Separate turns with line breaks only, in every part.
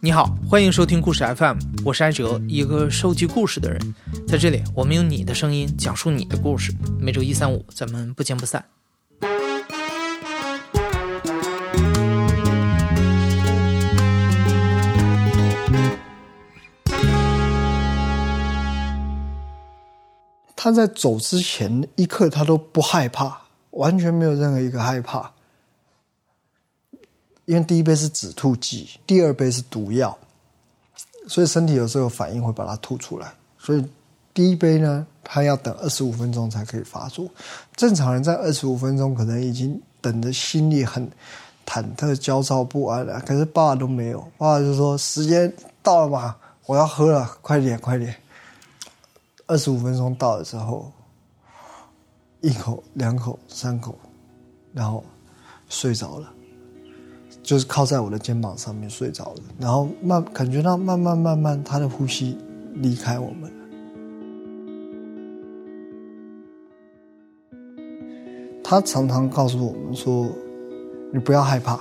你好，欢迎收听故事 FM， 我是艾哲，一个收集故事的人。在这里，我们用你的声音讲述你的故事。每周一、三、五，咱们不见不散。
他在走之前一刻他都不害怕，完全没有任何一个害怕。因为第一杯是止吐剂，第二杯是毒药，所以身体有时候有反应会把它吐出来。所以第一杯呢，他要等25分钟才可以发作。正常人在25分钟可能已经等得心里很忐忑、焦躁不安了，可是爸爸都没有。爸爸就说：“时间到了嘛，我要喝了，快点，快点。”25分钟到了之后，一口、两口、三口，然后睡着了。就是靠在我的肩膀上面睡着了，然后感觉到慢慢他的呼吸离开我们了。他常常告诉我们说：“你不要害怕。”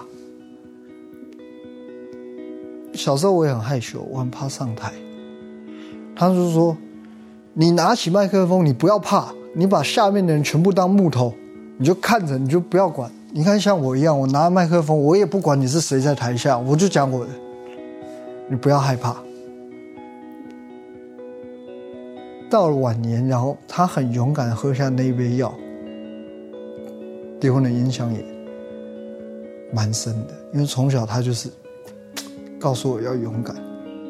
小时候我也很害羞，我很怕上台。他就说：“你拿起麦克风，你不要怕，你把下面的人全部当木头，你就看着，你就不要管。你看像我一样，我拿麦克风，我也不管你是谁在台下，我就讲我的，你不要害怕。”到了晚年，然后他很勇敢喝下那一杯药，对我的影响也蛮深的，因为从小他就是告诉我要勇敢。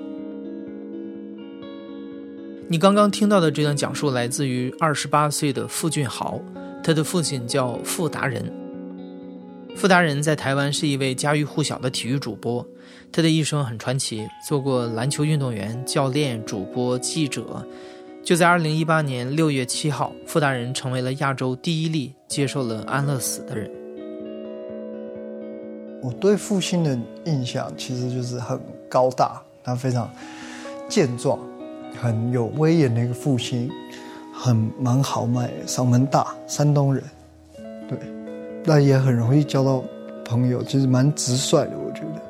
你刚刚听到的这段讲述来自于28岁的傅俊豪，他的父亲叫傅达人。傅达人在台湾是一位家喻户晓的体育主播，他的一生很传奇，做过篮球运动员、教练、主播、记者。就在2018年6月7号，傅达人成为了亚洲第一例接受了安乐死的人。
我对父亲的印象其实就是很高大，他非常健壮，很有威严的一个父亲，蛮豪迈的，嗓门大，山东人，对。那也很容易交到朋友，其实蛮直率的，我觉得。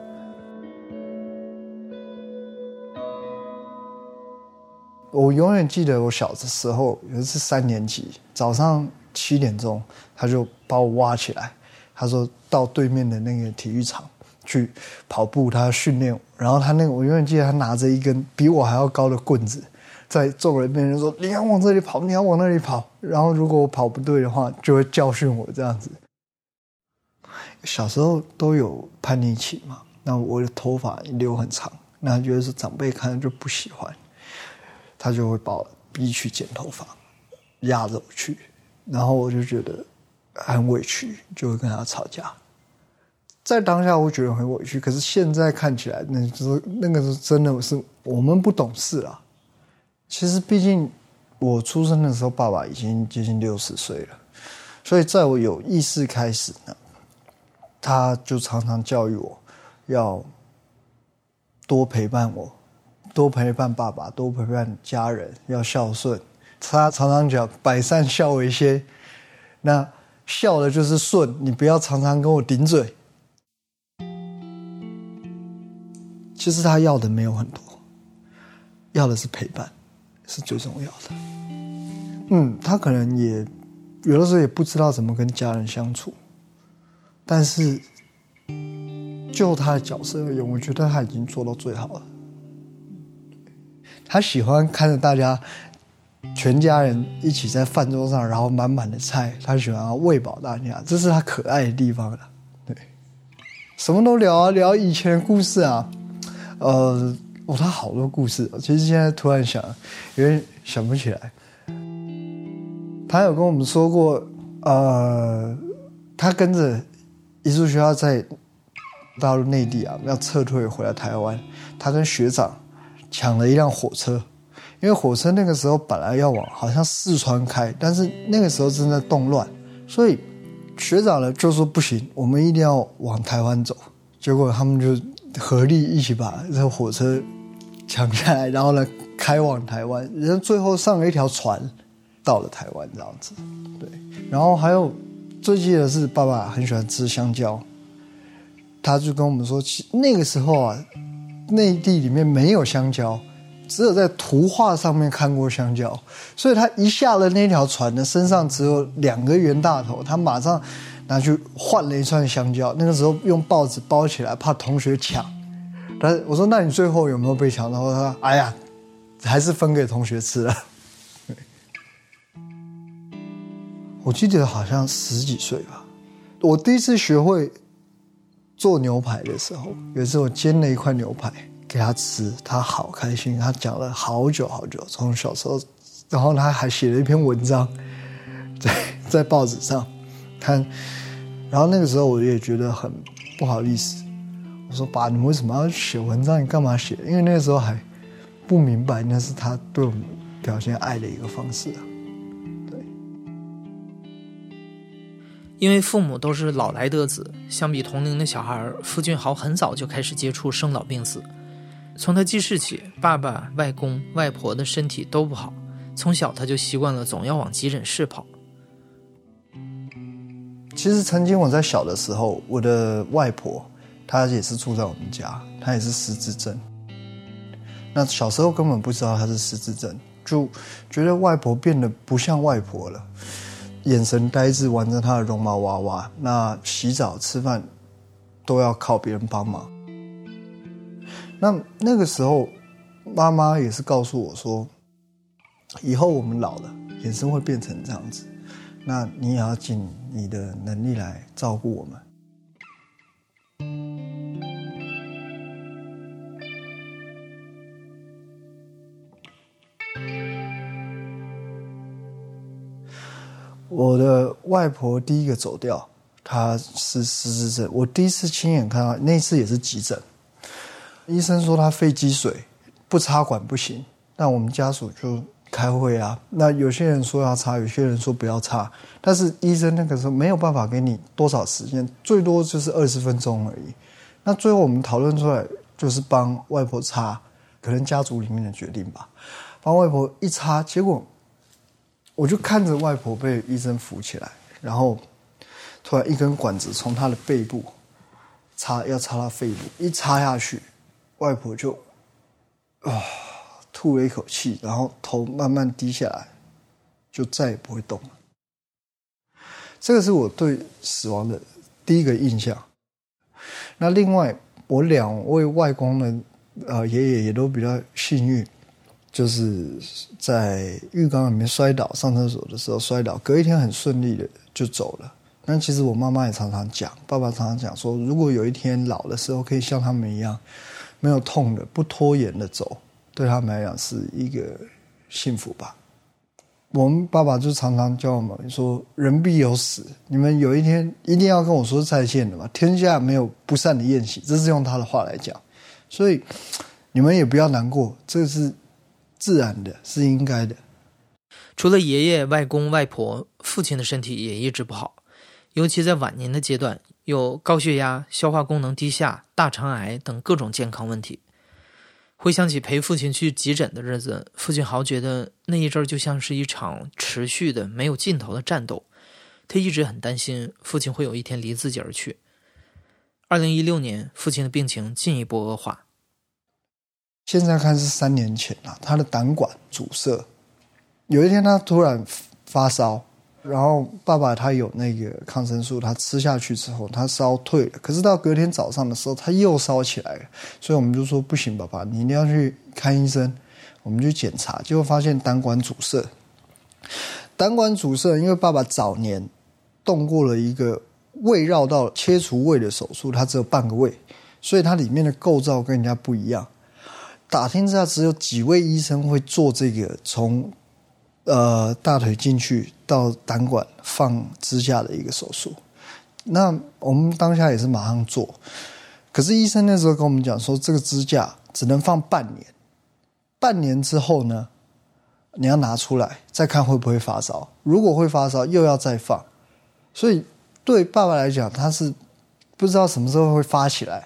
我永远记得我小的时候，有一次3年级，早上7点钟，他就把我挖起来，他说到对面的那个体育场去跑步，他训练我。然后我永远记得他拿着一根比我还要高的棍子，在众人面前说：“你要往这里跑，你要往那里跑。”然后如果我跑不对的话，就会教训我这样子。小时候都有叛逆期嘛，那我的头发留很长，那觉得是长辈看了就不喜欢，他就会把我逼去剪头发，压着我去，然后我就觉得很委屈，就会跟他吵架。在当下我觉得很委屈，可是现在看起来那个是真的是我们不懂事啦。其实毕竟我出生的时候爸爸已经接近60岁了，所以在我有意识开始呢，他就常常教育我要多陪伴我，多陪伴爸爸，多陪伴家人，要孝顺。他常常讲百善孝为先，那孝的就是顺，你不要常常跟我顶嘴。其实他要的没有很多，要的是陪伴，是最重要的。他可能也有的时候也不知道怎么跟家人相处，但是就他的角色而言，我觉得他已经做到最好了。他喜欢看着大家全家人一起在饭桌上，然后满满的菜，他喜欢喂饱大家，这是他可爱的地方了。对，什么都聊啊，聊以前的故事啊，他好多故事，其实现在突然想，有点想不起来。他有跟我们说过，他跟着艺术学校在大陆内地啊要撤退回来台湾，他跟学长抢了一辆火车，因为火车那个时候本来要往好像四川开，但是那个时候正在动乱，所以学长呢就说不行，我们一定要往台湾走。结果他们就合力一起把这个火车抢下来，然后呢开往台湾，然后最后上了一条船到了台湾这样子。对，然后还有最记得是爸爸很喜欢吃香蕉，他就跟我们说，那个时候啊， 内地里面没有香蕉，只有在图画上面看过香蕉，所以他一下了那条船呢，身上只有2个袁大头，他马上拿去换了一串香蕉，那个时候用报纸包起来，怕同学抢。我说那你最后有没有被抢？然后他说哎呀，还是分给同学吃了。我记得好像10几岁吧，我第一次学会做牛排的时候，有一次我煎了一块牛排给他吃，他好开心，他讲了好久好久，从小时候，然后他还写了一篇文章在报纸上看，然后那个时候我也觉得很不好意思，我说爸，你为什么要写文章？你干嘛写？因为那个时候还不明白那是他对我们表现爱的一个方式啊。
因为父母都是老来得子，相比同龄的小孩，傅俊豪很早就开始接触生老病死。从他记事起，爸爸、外公、外婆的身体都不好，从小他就习惯了总要往急诊室跑。
其实曾经我在小的时候，我的外婆她也是住在我们家，她也是失智症。那小时候根本不知道她是失智症，就觉得外婆变得不像外婆了，眼神呆滞，玩着她的绒毛娃娃，那洗澡吃饭都要靠别人帮忙。那个时候妈妈也是告诉我说，以后我们老了也是会变成这样子，那你也要尽你的能力来照顾我们。我的外婆第一个走掉，她是失智症，我第一次亲眼看到，那次也是急诊，医生说她肺积水，不插管不行，那我们家属就开会啊，那有些人说要插，有些人说不要插，但是医生那个时候没有办法给你多少时间，最多就是20分钟而已。那最后我们讨论出来就是帮外婆插，可能家族里面的决定吧，帮外婆一插，结果我就看着外婆被医生扶起来，然后突然一根管子从她的背部要插到肺部，一插下去，外婆就吐了一口气，然后头慢慢低下来，就再也不会动了。这个是我对死亡的第一个印象。那另外我2位外公的爷爷也都比较幸运，就是在浴缸里面摔倒，上厕所的时候摔倒，隔一天很顺利的就走了。但其实我妈妈也常常讲，爸爸常常讲说，如果有一天老的时候可以像他们一样，没有痛的，不拖延的走，对他们来讲是一个幸福吧。我们爸爸就常常教我们说，人必有死，你们有一天一定要跟我说再见的嘛，天下没有不散的宴席，这是用他的话来讲。所以你们也不要难过，这是自然的，是应该的。
除了爷爷、外公、外婆，父亲的身体也一直不好，尤其在晚年的阶段，有高血压、消化功能低下、大肠癌等各种健康问题。回想起陪父亲去急诊的日子，傅俊豪觉得那一阵就像是一场持续的没有尽头的战斗。他一直很担心父亲会有一天离自己而去。2016年，父亲的病情进一步恶化。
现在看是3年前啊，他的胆管阻塞，有一天他突然发烧，然后爸爸他有那个抗生素，他吃下去之后他烧退了，可是到隔天早上的时候他又烧起来了，所以我们就说不行，爸爸你一定要去看医生。我们去检查，结果发现胆管阻塞。胆管阻塞因为爸爸早年动过了一个胃绕道切除胃的手术，他只有半个胃，所以它里面的构造跟人家不一样。打听之下只有几位医生会做这个从大腿进去到胆管放支架的一个手术。那我们当下也是马上做，可是医生那时候跟我们讲说，这个支架只能放半年，半年之后呢，你要拿出来再看会不会发烧，如果会发烧又要再放。所以对爸爸来讲，他是不知道什么时候会发起来。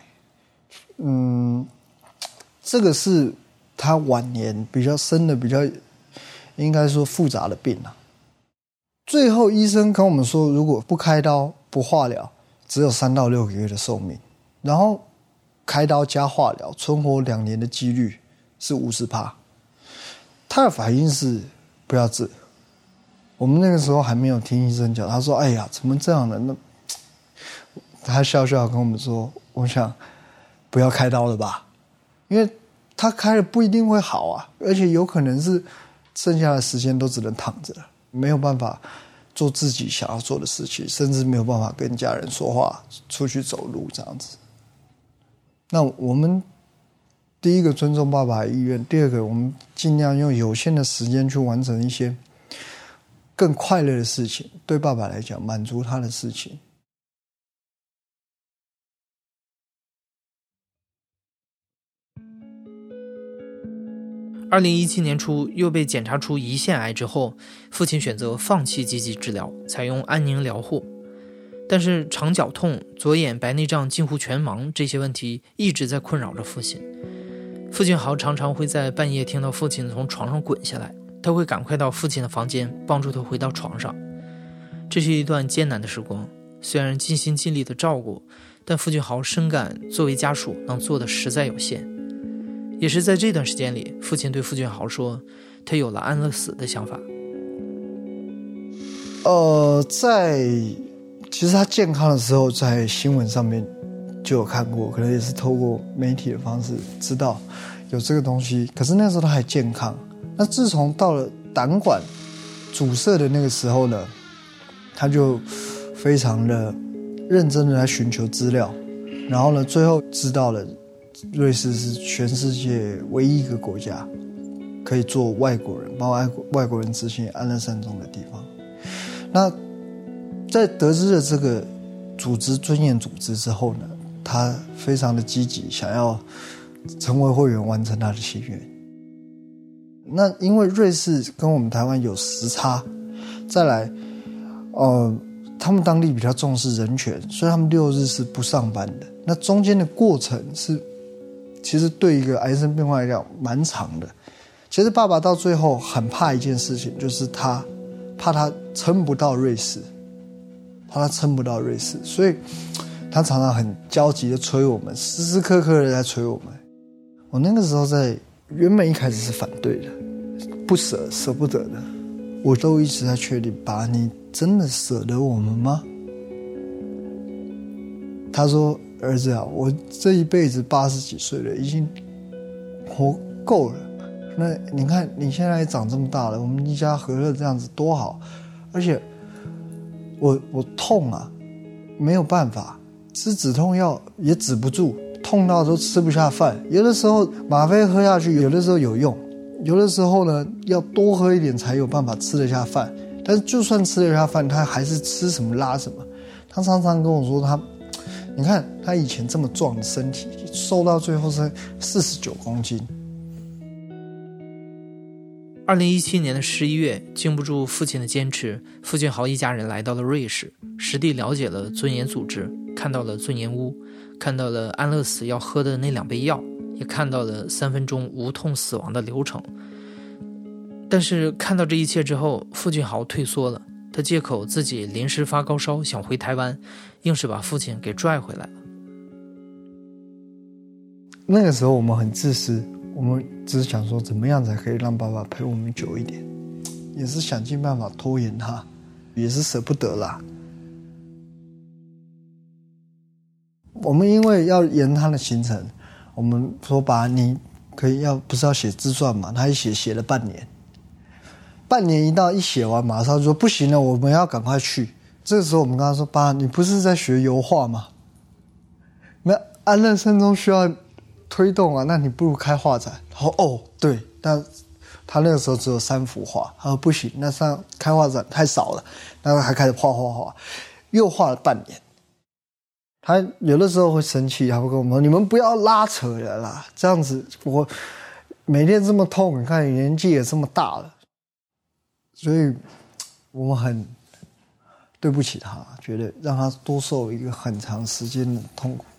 这个是他晚年比较生的比较应该说复杂的病啊。最后医生跟我们说，如果不开刀不化疗，只有3到6个月的寿命。然后开刀加化疗，存活2年的几率是50%。他的反应是不要治。我们那个时候还没有听医生讲，他说：“哎呀，怎么这样的？”那他笑笑跟我们说：“我想不要开刀了吧，因为他开了不一定会好啊，而且有可能是剩下的时间都只能躺着了，没有办法做自己想要做的事情，甚至没有办法跟家人说话、出去走路这样子。”那我们第一个尊重爸爸的意愿，第二个我们尽量用有限的时间去完成一些更快乐的事情，对爸爸来讲满足他的事情。
2017年初又被检查出胰腺癌之后，父亲选择放弃积极治疗，采用安宁疗护。但是肠绞痛、左眼白内障近乎全盲这些问题一直在困扰着父亲。傅俊豪常常会在半夜听到父亲从床上滚下来，他会赶快到父亲的房间帮助他回到床上。这是一段艰难的时光，虽然尽心尽力的照顾，但傅俊豪深感作为家属能做的实在有限。也是在这段时间里，父亲对傅俊豪说，他有了安乐死的想法。
其实他健康的时候，在新闻上面就有看过，可能也是透过媒体的方式知道有这个东西。可是那时候他还健康。那自从到了胆管阻塞的那个时候呢，他就非常的认真的来寻求资料，然后呢，最后知道了瑞士是全世界唯一一个国家可以做外国人帮外国人执行安乐善终的地方。那在得知了这个组织尊严组织之后呢，他非常的积极，想要成为会员，完成他的心愿。那因为瑞士跟我们台湾有时差，再来他们当地比较重视人权，所以他们6日是不上班的。那中间的过程是其实对一个癌症病患来讲蛮长的。其实爸爸到最后很怕一件事情，就是他怕他撑不到瑞士，所以他常常很焦急的催我们，时时刻刻的在催我们。我那个时候原本一开始是反对的，不舍不得的，我都一直在确定，爸，你真的舍得我们吗？他说，儿子啊，我这一辈子80几岁了，已经活够了。那你看你现在也长这么大了，我们一家和乐这样子多好。而且我痛啊，没有办法，吃止痛药也止不住，痛到都吃不下饭。有的时候吗啡喝下去，有的时候有用，有的时候呢要多喝一点才有办法吃得下饭。但是就算吃得下饭，他还是吃什么拉什么。他常常跟我说，你看他以前这么壮的身体，瘦到最后是49公斤。
2017年11月，经不住父亲的坚持，傅俊豪一家人来到了瑞士，实地了解了尊严组织，看到了尊严屋，看到了安乐死要喝的那2杯药，也看到了3分钟无痛死亡的流程。但是看到这一切之后，傅俊豪退缩了，他借口自己临时发高烧想回台湾，硬是把父亲给拽回来了。
那个时候我们很自私，我们只是想说怎么样才可以让爸爸陪我们久一点，也是想尽办法拖延他，也是舍不得啦。我们因为要延他的行程，我们说爸，你可以不是要写自传嘛？他一写了半年，半年一到一写完，马上就说不行了，我们要赶快去。这个时候我们跟他说，爸，你不是在学油画吗？那安乐善终需要推动啊，那你不如开画展。哦，对，但他那个时候只有3幅画，他说不行，那开画展太少了，然后还开始画，又画了半年。他有的时候会生气，他会跟我们说，你们不要拉扯了啦，这样子我每天这么痛，你看你年纪也这么大了，所以我们很对不起他，觉得让他多受一个很长时间的痛苦。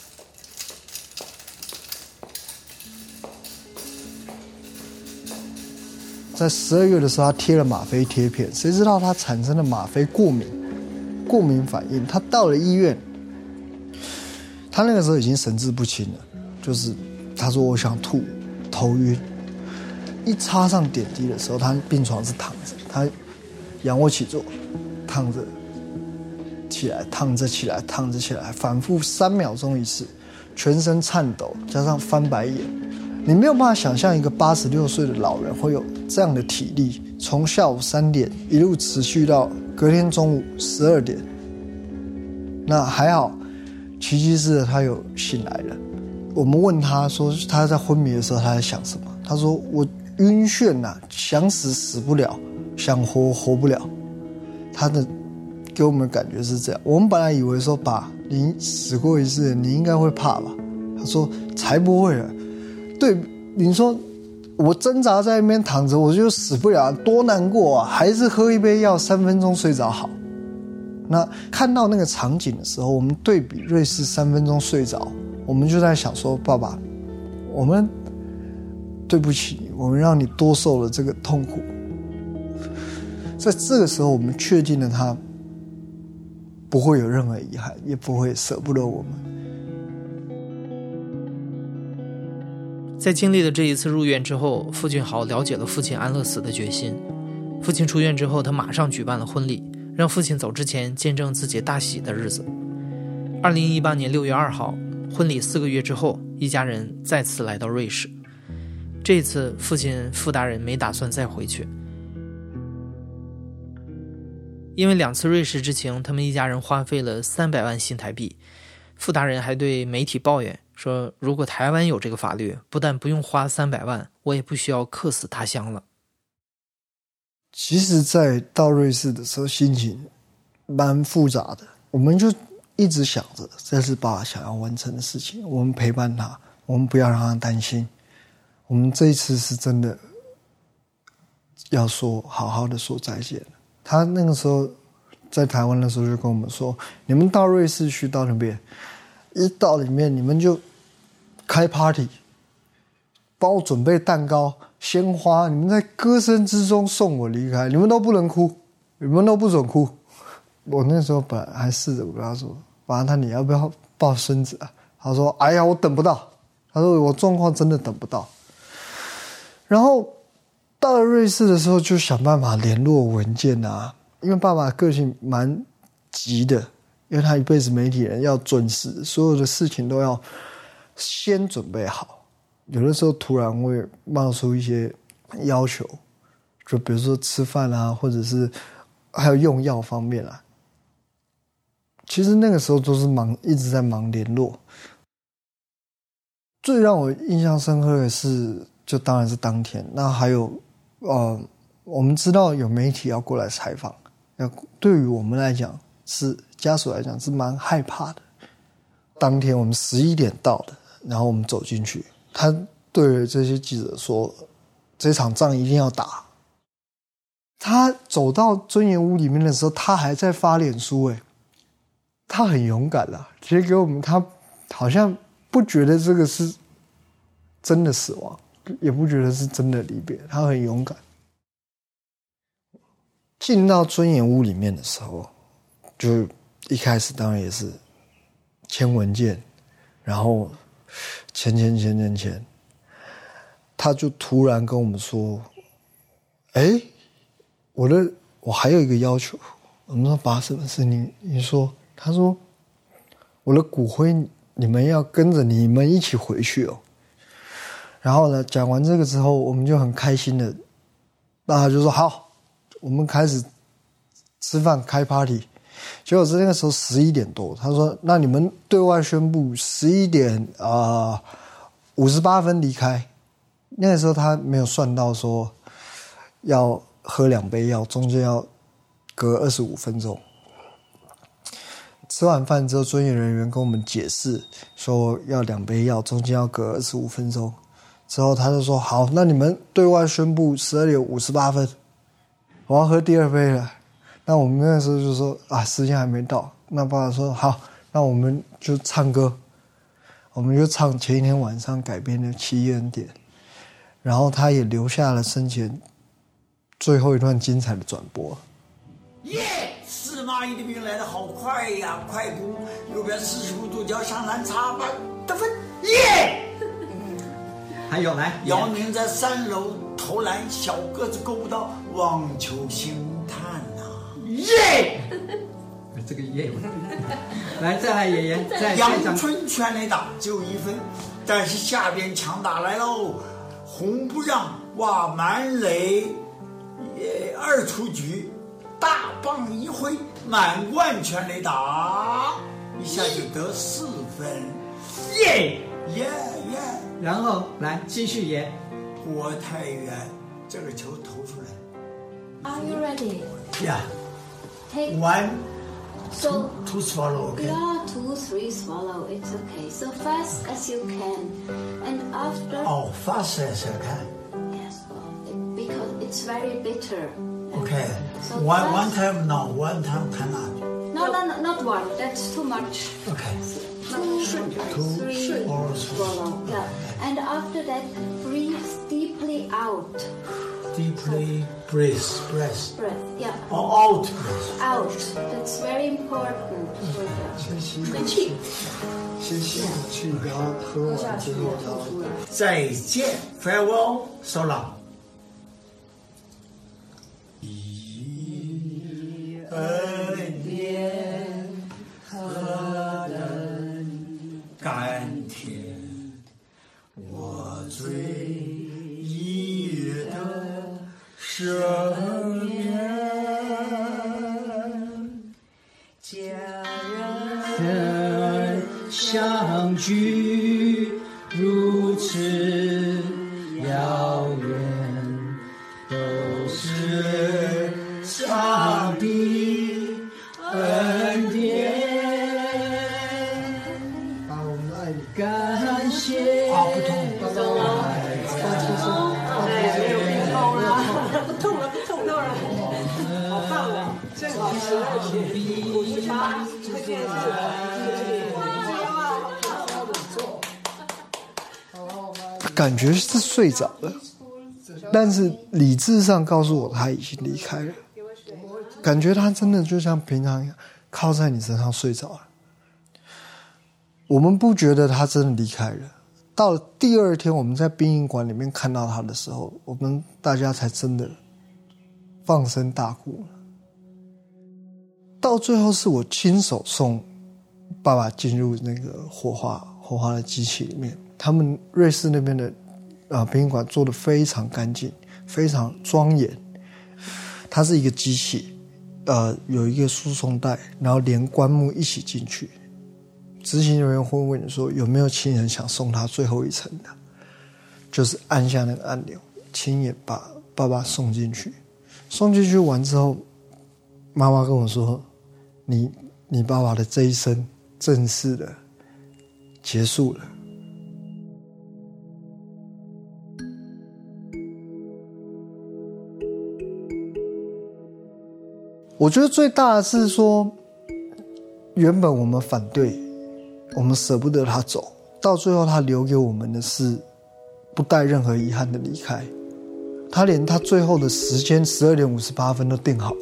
在12月的时候，他贴了吗啡贴片，谁知道他产生了吗啡过敏反应。他到了医院， 他那个时候已经神志不清了，就是他说我想吐，头晕。一插上点滴的时候，他病床是躺着，他仰卧起坐，躺着起来，躺着起来，躺着起来，反复3秒钟一次，全身颤抖，加上翻白眼。你没有办法想象一个86岁的老人会有这样的体力，从下午3点一路持续到隔天中午12点。那还好，奇迹是他有醒来了。我们问他说他在昏迷的时候他在想什么，他说我晕眩啊，想死死不了，想活活不了。他的给我们的感觉是这样。我们本来以为说爸，你死过一次，你应该会怕吧？他说才不会了。对，你说我挣扎在那边躺着，我就死不了，多难过啊！还是喝一杯药，3分钟睡着好。那看到那个场景的时候，我们对比瑞士3分钟睡着，我们就在想说，爸爸，我们对不起你，我们让你多受了这个痛苦。在这个时候，我们确定了他不会有任何遗憾，也不会舍不得我们。
在经历了这一次入院之后，傅俊豪了解了父亲安乐死的决心。父亲出院之后，他马上举办了婚礼，让父亲走之前见证自己大喜的日子。2018年6月2号，婚礼4个月之后，一家人再次来到瑞士。这一次父亲傅达人没打算再回去，因为2次瑞士之行，他们一家人花费了300万新台币。傅达人还对媒体抱怨说，如果台湾有这个法律，不但不用花300万，我也不需要客死他乡了。
其实在到瑞士的时候心情蛮复杂的，我们就一直想着这是爸爸想要完成的事情，我们陪伴他，我们不要让他担心。我们这一次是真的要说好好的说再见了。他那个时候在台湾的时候就跟我们说，你们到瑞士去，到那边一到里面你们就开 party， 帮我准备蛋糕鲜花，你们在歌声之中送我离开，你们都不能哭，你们都不准哭。我那时候本来还试着跟他说，爸爸你要不要抱孙子啊？他说哎呀我等不到，他说我状况真的等不到。然后到了瑞士的时候就想办法联络文件啊，因为爸爸个性蛮急的，因为他一辈子媒体人，要准时，所有的事情都要先准备好。有的时候突然会冒出一些要求，就比如说吃饭啊，或者是还有用药方面啊。其实那个时候都是忙，一直在忙联络。最让我印象深刻的是，就当然是当天，那还有我们知道有媒体要过来采访，对于我们来讲，是家属来讲是蛮害怕的。当天我们11点到的，然后我们走进去，他对这些记者说，这场仗一定要打。他走到尊严屋里面的时候，他还在发脸书，他很勇敢啦。其实给我们，他好像不觉得这个是真的死亡，也不觉得是真的离别，他很勇敢。进到尊严屋里面的时候，就一开始当然也是签文件，然后签，他就突然跟我们说，我还有一个要求。我们说爸，什么事？你说。他说我的骨灰你们要跟着你们一起回去哦。然后呢，讲完这个之后，我们就很开心的，那他就说好，我们开始吃饭开 party。结果是那个时候11点多，他说那你们对外宣布11点58分离开。那个时候他没有算到说要喝2杯药，中间要隔25分钟。吃完饭之后，专业人员跟我们解释说要2杯药，中间要隔25分钟。之后他就说好，那你们对外宣布12点58分，我要喝第2杯了。那我们那时候就说时间还没到。那爸爸说好，那我们就唱歌，我们就唱前一天晚上改编的《奇异恩典》，然后他也留下了生前最后一段精彩的转播。
耶，是吗？ 阿姨的病来得好快呀，快步，右边45度角上篮插板得分，耶！
还有来，
姚明在3楼投篮，小个子够不到，网球星探呐，耶！
这个耶，来再来爷爷，再
阳春全垒打只有1分，但是下边强打来喽，红不让，哇，满垒，2出局，大棒一挥，满贯全垒打，一下就得4分，耶耶耶！
然后来继续爷，
郭泰源这个球投出来。
Are you ready?
Yeah.
Take
One,
so
two swallow, okay?
yeah, 2, 3 swallow. It's okay. So fast as you can, and after
Oh, fast as I can.
yes, because it's very bitter.
Okay.
So
One
fast.
time no, one time cannot.
No, not one. That's too much.
Okay.
2, 3
or
swallow. Yeah, and after that, breathe deeply out.
Deeply breathe.
Breath. Yeah,
Or out breath.
out. That's very important.
先吸口气，先吸口气，然后喝完之后，然后
再见 ，farewell, so long. 恩典何等甘甜，我最意的赦免。
家人相聚如此遥远，都是上帝恩典。
把我们的爱
感谢
啊，不痛，
放到我们的
没有冰冻了，不痛了，不痛了，好棒啊！正好12:58，这件
感觉是睡着了，但是理智上告诉我他已经离开了。感觉他真的就像平常一样靠在你身上睡着了。我们不觉得他真的离开了，到了第2天我们在殡仪馆里面看到他的时候，我们大家才真的放声大哭了。到最后是我亲手送爸爸进入那个火化的机器里面，他们瑞士那边的殡仪馆做得非常干净，非常庄严。它是一个机器，有一个输送带，然后连棺木一起进去。执行人员会问你说有没有亲人想送他最后一程的，就是按下那个按钮，亲眼把爸爸送进去。送进去完之后，妈妈跟我说，你爸爸的这一生正式的结束了。我觉得最大的是说，原本我们反对，我们舍不得他走，到最后他留给我们的是不带任何遗憾的离开。他连他最后的时间12:58都定好了，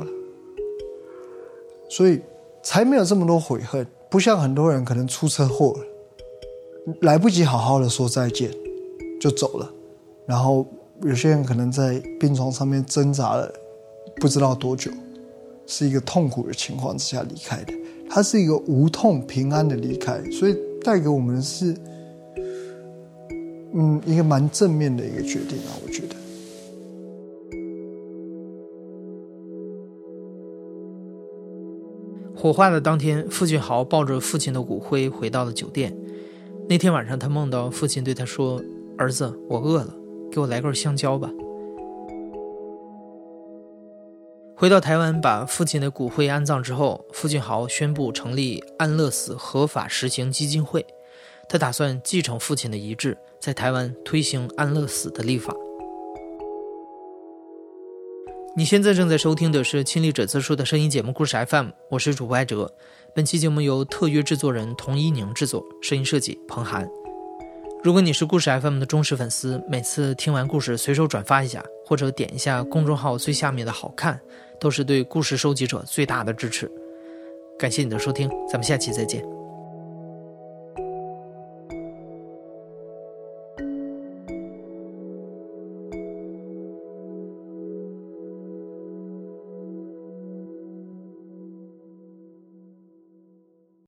所以才没有这么多悔恨。不像很多人可能出车祸了，来不及好好的说再见就走了，然后有些人可能在病床上面挣扎了不知道多久，是一个痛苦的情况之下离开的。他是一个无痛平安的离开，所以带给我们的是一个蛮正面的一个决定啊，我觉得。
火化的当天，傅俊豪抱着父亲的骨灰回到了酒店。那天晚上，他梦到父亲对他说：“儿子，我饿了，给我来根香蕉吧。”回到台湾，把父亲的骨灰安葬之后，傅俊豪宣布成立安乐死合法实行基金会。他打算继承父亲的遗志，在台湾推行安乐死的立法。你现在正在收听的是亲历者自述的声音节目故事 FM， 我是主播艾哲。本期节目由特约制作人童一宁制作，声音设计彭涵。如果你是故事 FM 的忠实粉丝，每次听完故事随手转发一下，或者点一下公众号最下面的好看，都是对故事收集者最大的支持。 感谢你的收听，咱们下期再见。